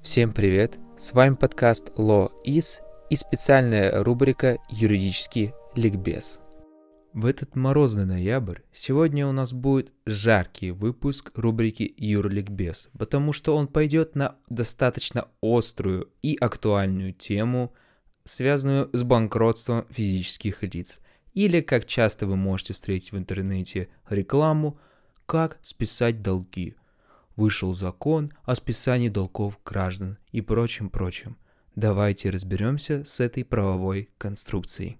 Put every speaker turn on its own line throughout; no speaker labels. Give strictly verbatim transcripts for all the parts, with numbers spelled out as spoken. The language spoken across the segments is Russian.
Всем привет! С вами подкаст Law Is и специальная рубрика «Юридический ликбез». В этот морозный ноябрь сегодня у нас будет жаркий выпуск рубрики «Юрликбез», потому что он пойдет на достаточно острую и актуальную тему, связанную с банкротством физических лиц, или, как часто вы можете встретить в интернете рекламу, «Как списать долги». Вышел закон о списании долгов граждан и прочим-прочим. Давайте разберемся с этой правовой конструкцией.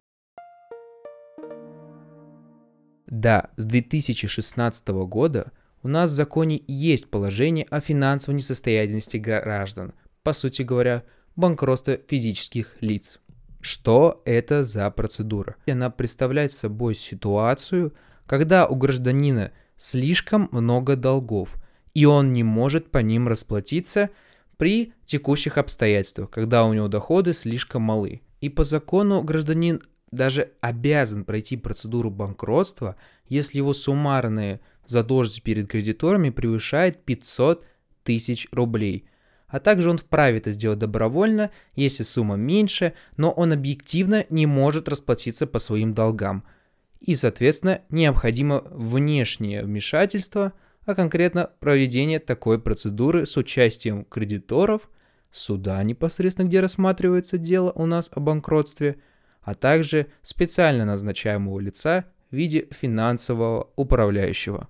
Да, с две тысячи шестнадцатого года у нас в законе есть положение о финансовой несостоятельности граждан, по сути говоря, банкротство физических лиц. Что это за процедура? Она представляет собой ситуацию, когда у гражданина слишком много долгов, и он не может по ним расплатиться при текущих обстоятельствах, когда у него доходы слишком малы. И по закону гражданин даже обязан пройти процедуру банкротства, если его суммарная задолженность перед кредиторами превышает пятьсот тысяч рублей. А также он вправе это сделать добровольно, если сумма меньше, но он объективно не может расплатиться по своим долгам. И, соответственно, необходимо внешнее вмешательство, а конкретно проведение такой процедуры с участием кредиторов, суда непосредственно, где рассматривается дело у нас о банкротстве, а также специально назначаемого лица в виде финансового управляющего.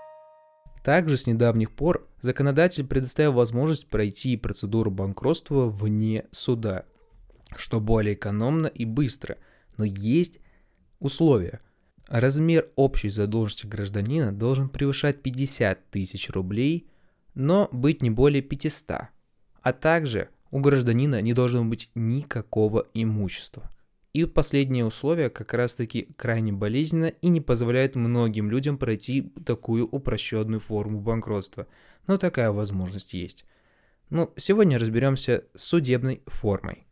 Также с недавних пор законодатель предоставил возможность пройти процедуру банкротства вне суда, что более экономно и быстро, но есть условия. Размер общей задолженности гражданина должен превышать пятьдесят тысяч рублей, но быть не более пятисот. А также у гражданина не должно быть никакого имущества. И последнее условие как раз таки крайне болезненно и не позволяет многим людям пройти такую упрощенную форму банкротства. Но такая возможность есть. Ну, сегодня разберемся с судебной формой.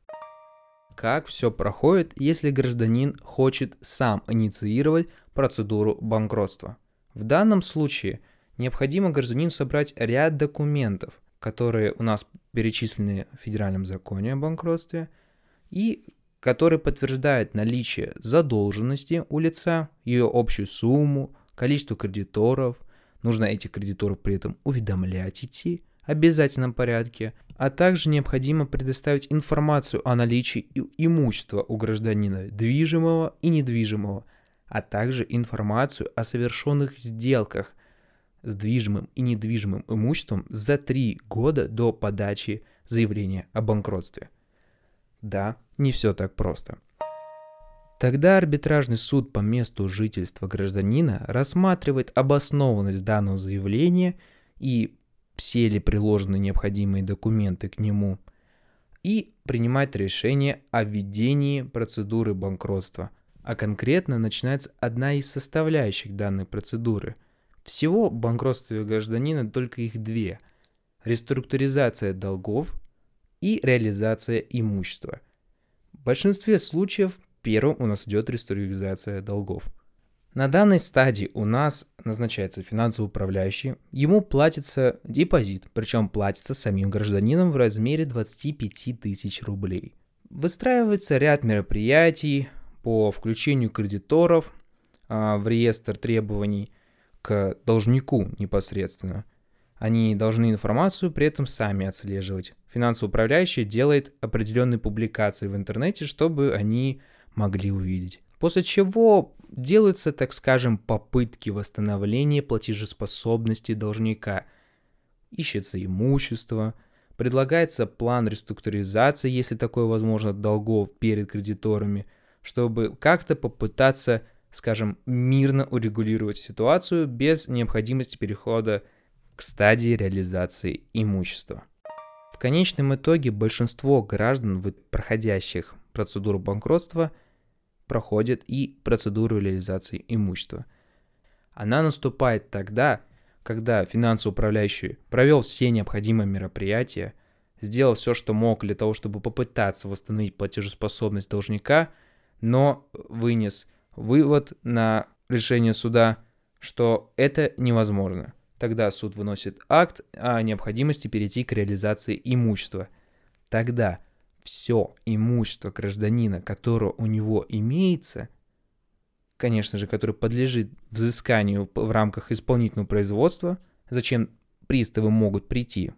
Как все проходит, если гражданин хочет сам инициировать процедуру банкротства? В данном случае необходимо гражданину собрать ряд документов, которые у нас перечислены в Федеральном законе о банкротстве, и которые подтверждают наличие задолженности у лица, ее общую сумму, количество кредиторов, нужно этих кредиторов при этом уведомлять идти в обязательном порядке, а также необходимо предоставить информацию о наличии имущества у гражданина, движимого и недвижимого, а также информацию о совершенных сделках с движимым и недвижимым имуществом за три года до подачи заявления о банкротстве. Да, не все так просто. Тогда арбитражный суд по месту жительства гражданина рассматривает обоснованность данного заявления и все ли приложены необходимые документы к нему, и принимает решение о введении процедуры банкротства. А конкретно начинается одна из составляющих данной процедуры. Всего в банкротстве гражданина только их две: реструктуризация долгов и реализация имущества. В большинстве случаев первым у нас идет реструктуризация долгов. На данной стадии у нас назначается финансовый управляющий, ему платится депозит, причем платится самим гражданином в размере двадцать пять тысяч рублей. Выстраивается ряд мероприятий по включению кредиторов а, в реестр требований к должнику непосредственно. Они должны информацию при этом сами отслеживать. Финансовый управляющий делает определенные публикации в интернете, чтобы они могли увидеть. После чего делаются, так скажем, попытки восстановления платежеспособности должника. Ищется имущество, предлагается план реструктуризации, если такое возможно, долгов перед кредиторами, чтобы как-то попытаться, скажем, мирно урегулировать ситуацию без необходимости перехода к стадии реализации имущества. В конечном итоге большинство граждан, проходящих процедуру банкротства, проходит и процедуру реализации имущества. Она наступает тогда, когда финансовый управляющий провел все необходимые мероприятия, сделал все, что мог для того, чтобы попытаться восстановить платежеспособность должника, но вынес вывод на решение суда, что это невозможно. Тогда суд выносит акт о необходимости перейти к реализации имущества. Тогда все имущество гражданина, которое у него имеется, конечно же, которое подлежит взысканию в рамках исполнительного производства, зачем приставы могут прийти,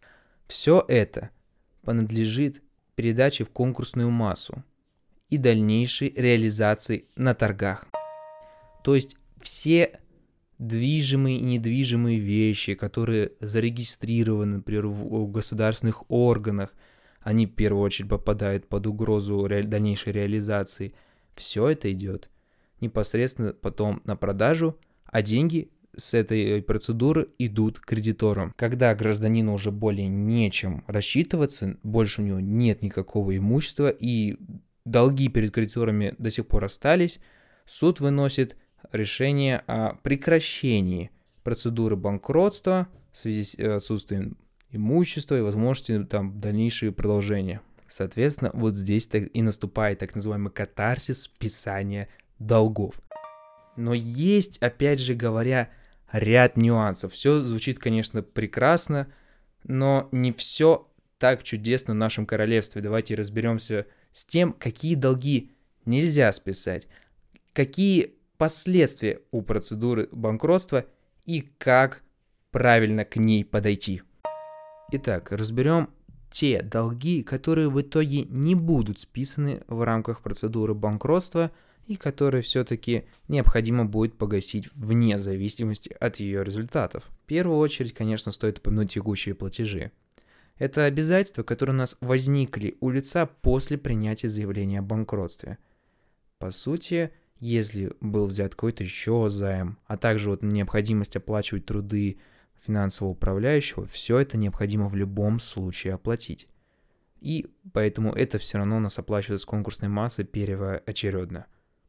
все это принадлежит передаче в конкурсную массу и дальнейшей реализации на торгах. То есть все движимые и недвижимые вещи, которые зарегистрированы, например, в государственных органах, они в первую очередь попадают под угрозу ре- дальнейшей реализации. Все это идет непосредственно потом на продажу, а деньги с этой процедуры идут кредиторам. Когда гражданину уже более нечем рассчитываться, больше у него нет никакого имущества и долги перед кредиторами до сих пор остались, суд выносит решение о прекращении процедуры банкротства в связи с отсутствием имущества и возможности там дальнейшего продолжения. Соответственно, вот здесь и наступает так называемый катарсис списания долгов. Но есть, опять же говоря, ряд нюансов. Все звучит, конечно, прекрасно, но не все так чудесно в нашем королевстве. Давайте разберемся с тем, какие долги нельзя списать, какие последствия у процедуры банкротства и как правильно к ней подойти. Итак, разберем те долги, которые в итоге не будут списаны в рамках процедуры банкротства и которые все-таки необходимо будет погасить вне зависимости от ее результатов. В первую очередь, конечно, стоит упомянуть текущие платежи. Это обязательства, которые у нас возникли у лица после принятия заявления о банкротстве. По сути, если был взят какой-то еще займ, а также вот необходимость оплачивать труды финансового управляющего, все это необходимо в любом случае оплатить. И поэтому это все равно у нас оплачивается с конкурсной массы первоочередно.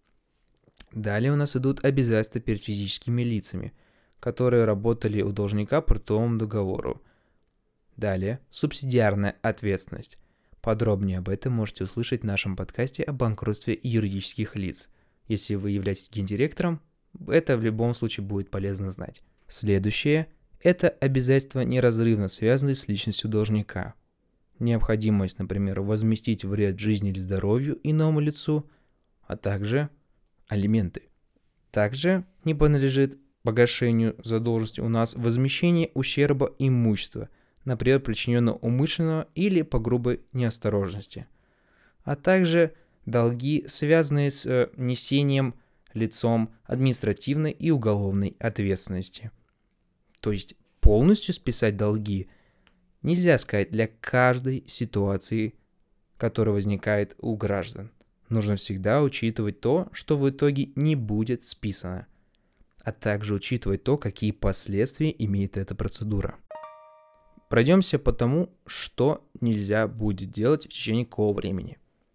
Далее у нас идут обязательства перед физическими лицами, которые работали у должника по трудовому договору. Далее субсидиарная ответственность. Подробнее об этом можете услышать в нашем подкасте о банкротстве юридических лиц. Если вы являетесь гендиректором, это в любом случае будет полезно знать. Следующее – это обязательства, неразрывно связанные с личностью должника. Необходимость, например, возместить вред жизни или здоровью иному лицу, а также алименты. Также не подлежит погашению задолженности у нас возмещение ущерба имущества, например, причиненного умышленно или по грубой неосторожности, а также долги, связанные с несением лицом административной и уголовной ответственности. То есть полностью списать долги нельзя сказать для каждой ситуации, которая возникает у граждан. Нужно всегда учитывать то, что в итоге не будет списано, а также учитывать то, какие последствия имеет эта процедура. Пройдемся по тому, что нельзя будет делать в течение какого времени.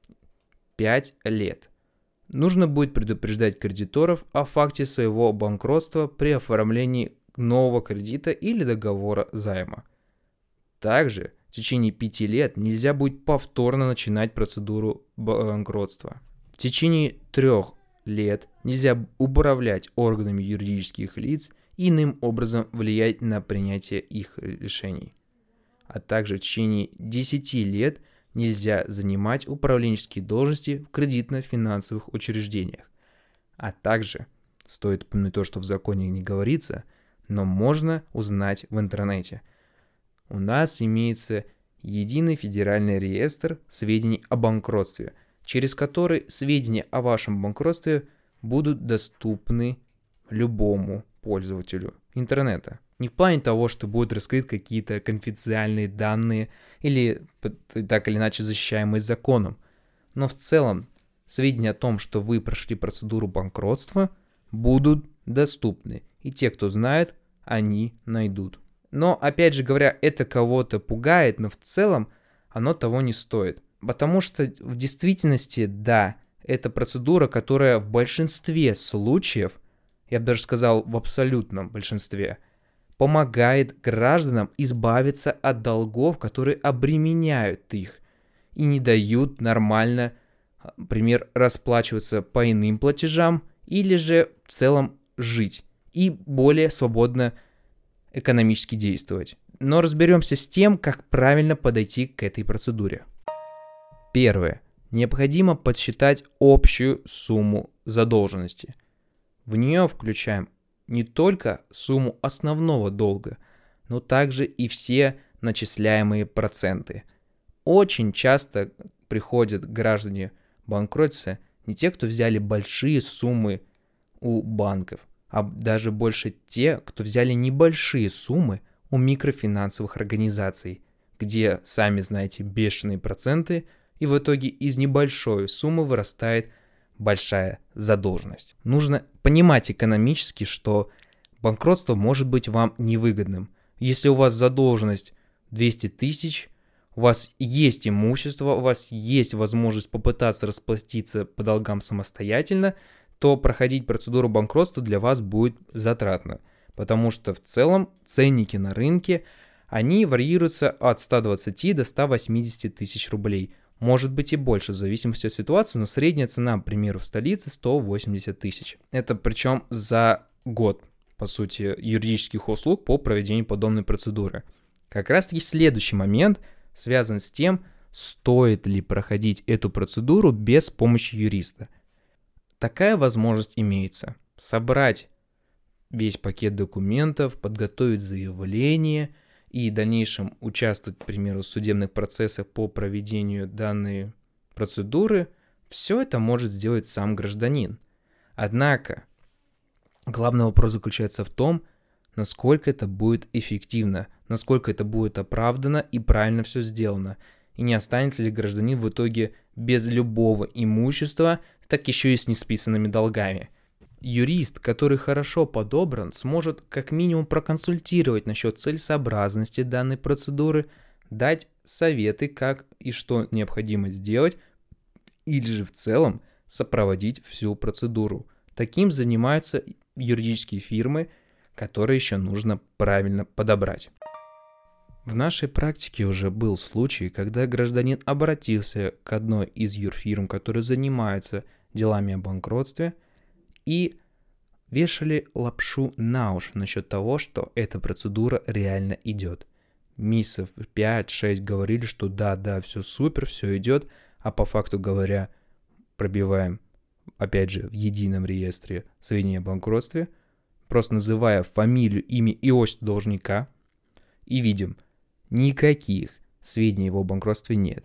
пять лет. Нужно будет предупреждать кредиторов о факте своего банкротства при оформлении нового кредита или договора займа. Также в течение пяти лет нельзя будет повторно начинать процедуру банкротства. В течение трех лет нельзя управлять органами юридических лиц и иным образом влиять на принятие их решений. А также в течение десяти лет нельзя занимать управленческие должности в кредитно-финансовых учреждениях. А также стоит упомянуть то, что в законе не говорится, но можно узнать в интернете. У нас имеется единый федеральный реестр сведений о банкротстве, через который сведения о вашем банкротстве будут доступны любому пользователю интернета. Не в плане того, что будут раскрыты какие-то конфиденциальные данные или так или иначе защищаемые законом, но в целом сведения о том, что вы прошли процедуру банкротства, будут доступны, и те, кто знает, они найдут. Но, опять же говоря, это кого-то пугает, но в целом оно того не стоит. Потому что в действительности, да, это процедура, которая в большинстве случаев, я бы даже сказал в абсолютном большинстве, помогает гражданам избавиться от долгов, которые обременяют их и не дают нормально, например, расплачиваться по иным платежам или же в целом жить и более свободно экономически действовать. Но разберемся с тем, как правильно подойти к этой процедуре. Первое. Необходимо подсчитать общую сумму задолженности. В нее включаем не только сумму основного долга, но также и все начисляемые проценты. Очень часто приходят граждане банкротиться не те, кто взяли большие суммы у банков, а даже больше те, кто взяли небольшие суммы у микрофинансовых организаций, где, сами знаете, бешеные проценты, и в итоге из небольшой суммы вырастает большая задолженность. Нужно понимать экономически, что банкротство может быть вам невыгодным. Если у вас задолженность двести тысяч, у вас есть имущество, у вас есть возможность попытаться расплатиться по долгам самостоятельно, то проходить процедуру банкротства для вас будет затратно. Потому что в целом ценники на рынке, они варьируются от ста двадцати до ста восьмидесяти тысяч рублей. Может быть и больше, в зависимости от ситуации, но средняя цена, к примеру, в столице сто восемьдесят тысяч. Это причем за год, по сути, юридических услуг по проведению подобной процедуры. Как раз таки следующий момент связан с тем, стоит ли проходить эту процедуру без помощи юриста. Такая возможность имеется. Собрать весь пакет документов, подготовить заявление и в дальнейшем участвовать, к примеру, в судебных процессах по проведению данной процедуры, все это может сделать сам гражданин. Однако, главный вопрос заключается в том, насколько это будет эффективно, насколько это будет оправдано и правильно все сделано, и не останется ли гражданин в итоге без любого имущества, так еще и с несписанными долгами. Юрист, который хорошо подобран, сможет как минимум проконсультировать насчет целесообразности данной процедуры, дать советы, как и что необходимо сделать, или же в целом сопроводить всю процедуру. Таким занимаются юридические фирмы, которые еще нужно правильно подобрать. В нашей практике уже был случай, когда гражданин обратился к одной из юрфирм, которые занимаются делами о банкротстве, и вешали лапшу на уши насчет того, что эта процедура реально идет. Месяцев пять-шесть говорили, что да, да, все супер, все идет, а по факту говоря, пробиваем, опять же, в едином реестре сведения о банкротстве, просто называя фамилию, имя и отчество должника, и видим, никаких сведений о его банкротстве нет.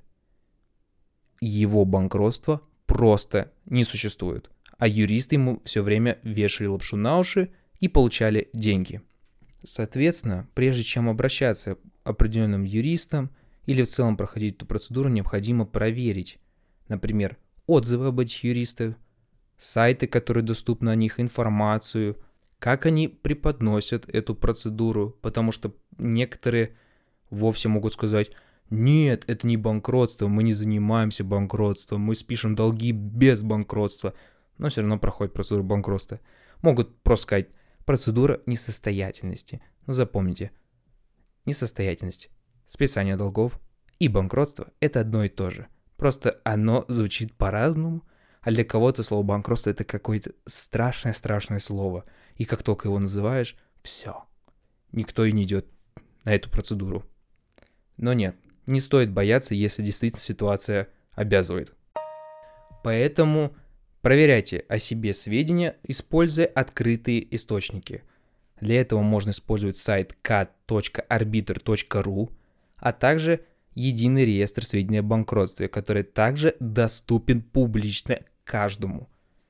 Его банкротство просто не существует. А юристы ему все время вешали лапшу на уши и получали деньги. Соответственно, прежде чем обращаться к определенным юристам или в целом проходить эту процедуру, необходимо проверить, например, отзывы об этих юристах, сайты, которые доступны о них, информацию, как они преподносят эту процедуру, потому что некоторые вовсе могут сказать: нет, это не банкротство, мы не занимаемся банкротством, мы спишем долги без банкротства, но все равно проходит процедуру банкротства. Могут просто сказать: процедура несостоятельности. Но запомните, несостоятельность, списание долгов и банкротство – это одно и то же. Просто оно звучит по-разному, а для кого-то слово банкротство – это какое-то страшное-страшное слово. И как только его называешь, все, никто и не идет на эту процедуру. Но нет, не стоит бояться, если действительно ситуация обязывает. Поэтому проверяйте о себе сведения, используя открытые источники. Для этого можно использовать сайт кат точка арбитр точка ру, а также единый реестр сведений о банкротстве, который также доступен публично каждому.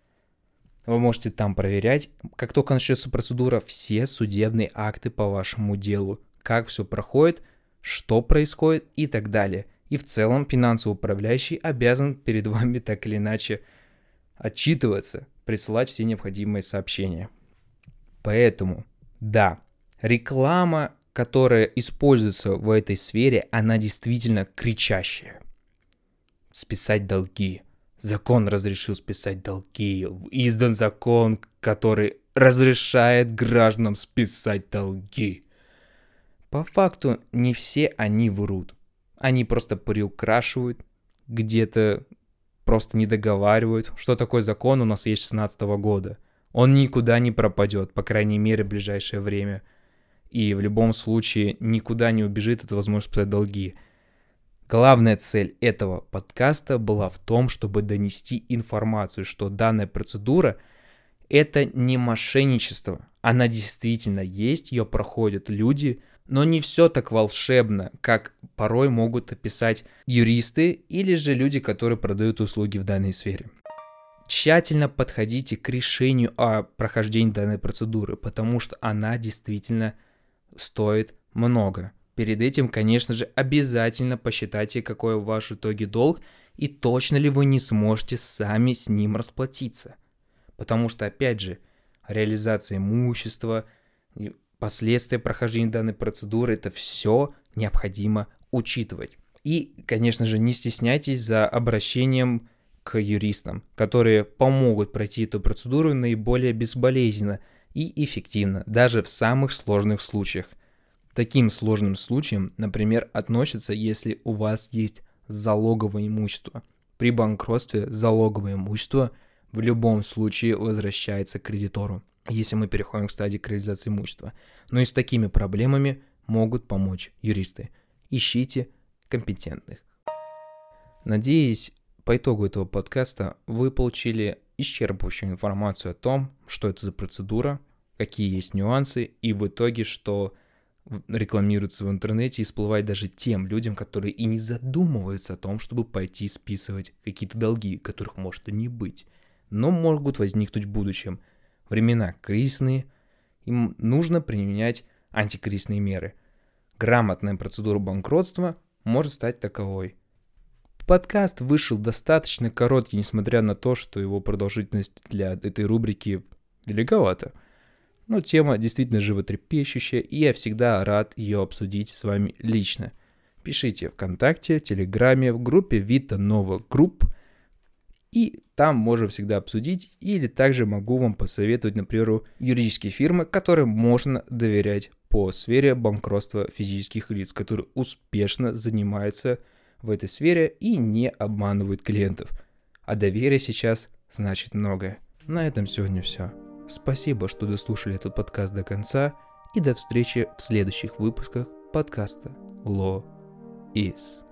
Вы можете там проверять, как только начнется процедура, все судебные акты по вашему делу, как все проходит, что происходит и так далее. И в целом финансовый управляющий обязан перед вами так или иначе отчитываться, присылать все необходимые сообщения. Поэтому, да, реклама, которая используется в этой сфере, она действительно кричащая. Списать долги. Закон разрешил списать долги. Издан закон, который разрешает гражданам списать долги. По факту не все они врут. Они просто приукрашивают, где-то просто не договаривают, что такой закон у нас есть с шестнадцатого года. Он никуда не пропадет, по крайней мере, в ближайшее время. и в любом случае никуда не убежит от возможности списать долги. Главная цель этого подкаста была в том, чтобы донести информацию, что данная процедура – это не мошенничество. Она действительно есть, ее проходят люди, но не все так волшебно, как порой могут описать юристы или же люди, которые продают услуги в данной сфере. Тщательно подходите к решению о прохождении данной процедуры, потому что она действительно стоит много. Перед этим, конечно же, обязательно посчитайте, какой в вашем итоге долг и точно ли вы не сможете сами с ним расплатиться. Потому что, опять же, реализация имущества, последствия прохождения данной процедуры, это все необходимо учитывать. И, конечно же, не стесняйтесь за обращением к юристам, которые помогут пройти эту процедуру наиболее безболезненно и эффективно, даже в самых сложных случаях. Таким сложным случаем, например, относится, если у вас есть залоговое имущество. При банкротстве залоговое имущество в любом случае возвращается к кредитору, если мы переходим к стадии реализации имущества. Но и с такими проблемами могут помочь юристы. Ищите компетентных. Надеюсь, по итогу этого подкаста вы получили исчерпывающую информацию о том, что это за процедура, какие есть нюансы и в итоге, что рекламируется в интернете и всплывает даже тем людям, которые и не задумываются о том, чтобы пойти списывать какие-то долги, которых может и не быть, но могут возникнуть в будущем. Времена кризисные, им нужно применять антикризисные меры. Грамотная процедура банкротства может стать таковой. Подкаст вышел достаточно короткий, несмотря на то, что его продолжительность для этой рубрики великовата. Но тема действительно животрепещущая, и я всегда рад ее обсудить с вами лично. Пишите ВКонтакте, Телеграме, в группе Vita Nova Group, и там можно всегда обсудить, или также могу вам посоветовать, например, юридические фирмы, которым можно доверять по сфере банкротства физических лиц, которые успешно занимаются в этой сфере и не обманывают клиентов. А доверие сейчас значит многое. На этом сегодня все. Спасибо, что дослушали этот подкаст до конца, и до встречи в следующих выпусках подкаста Law Is.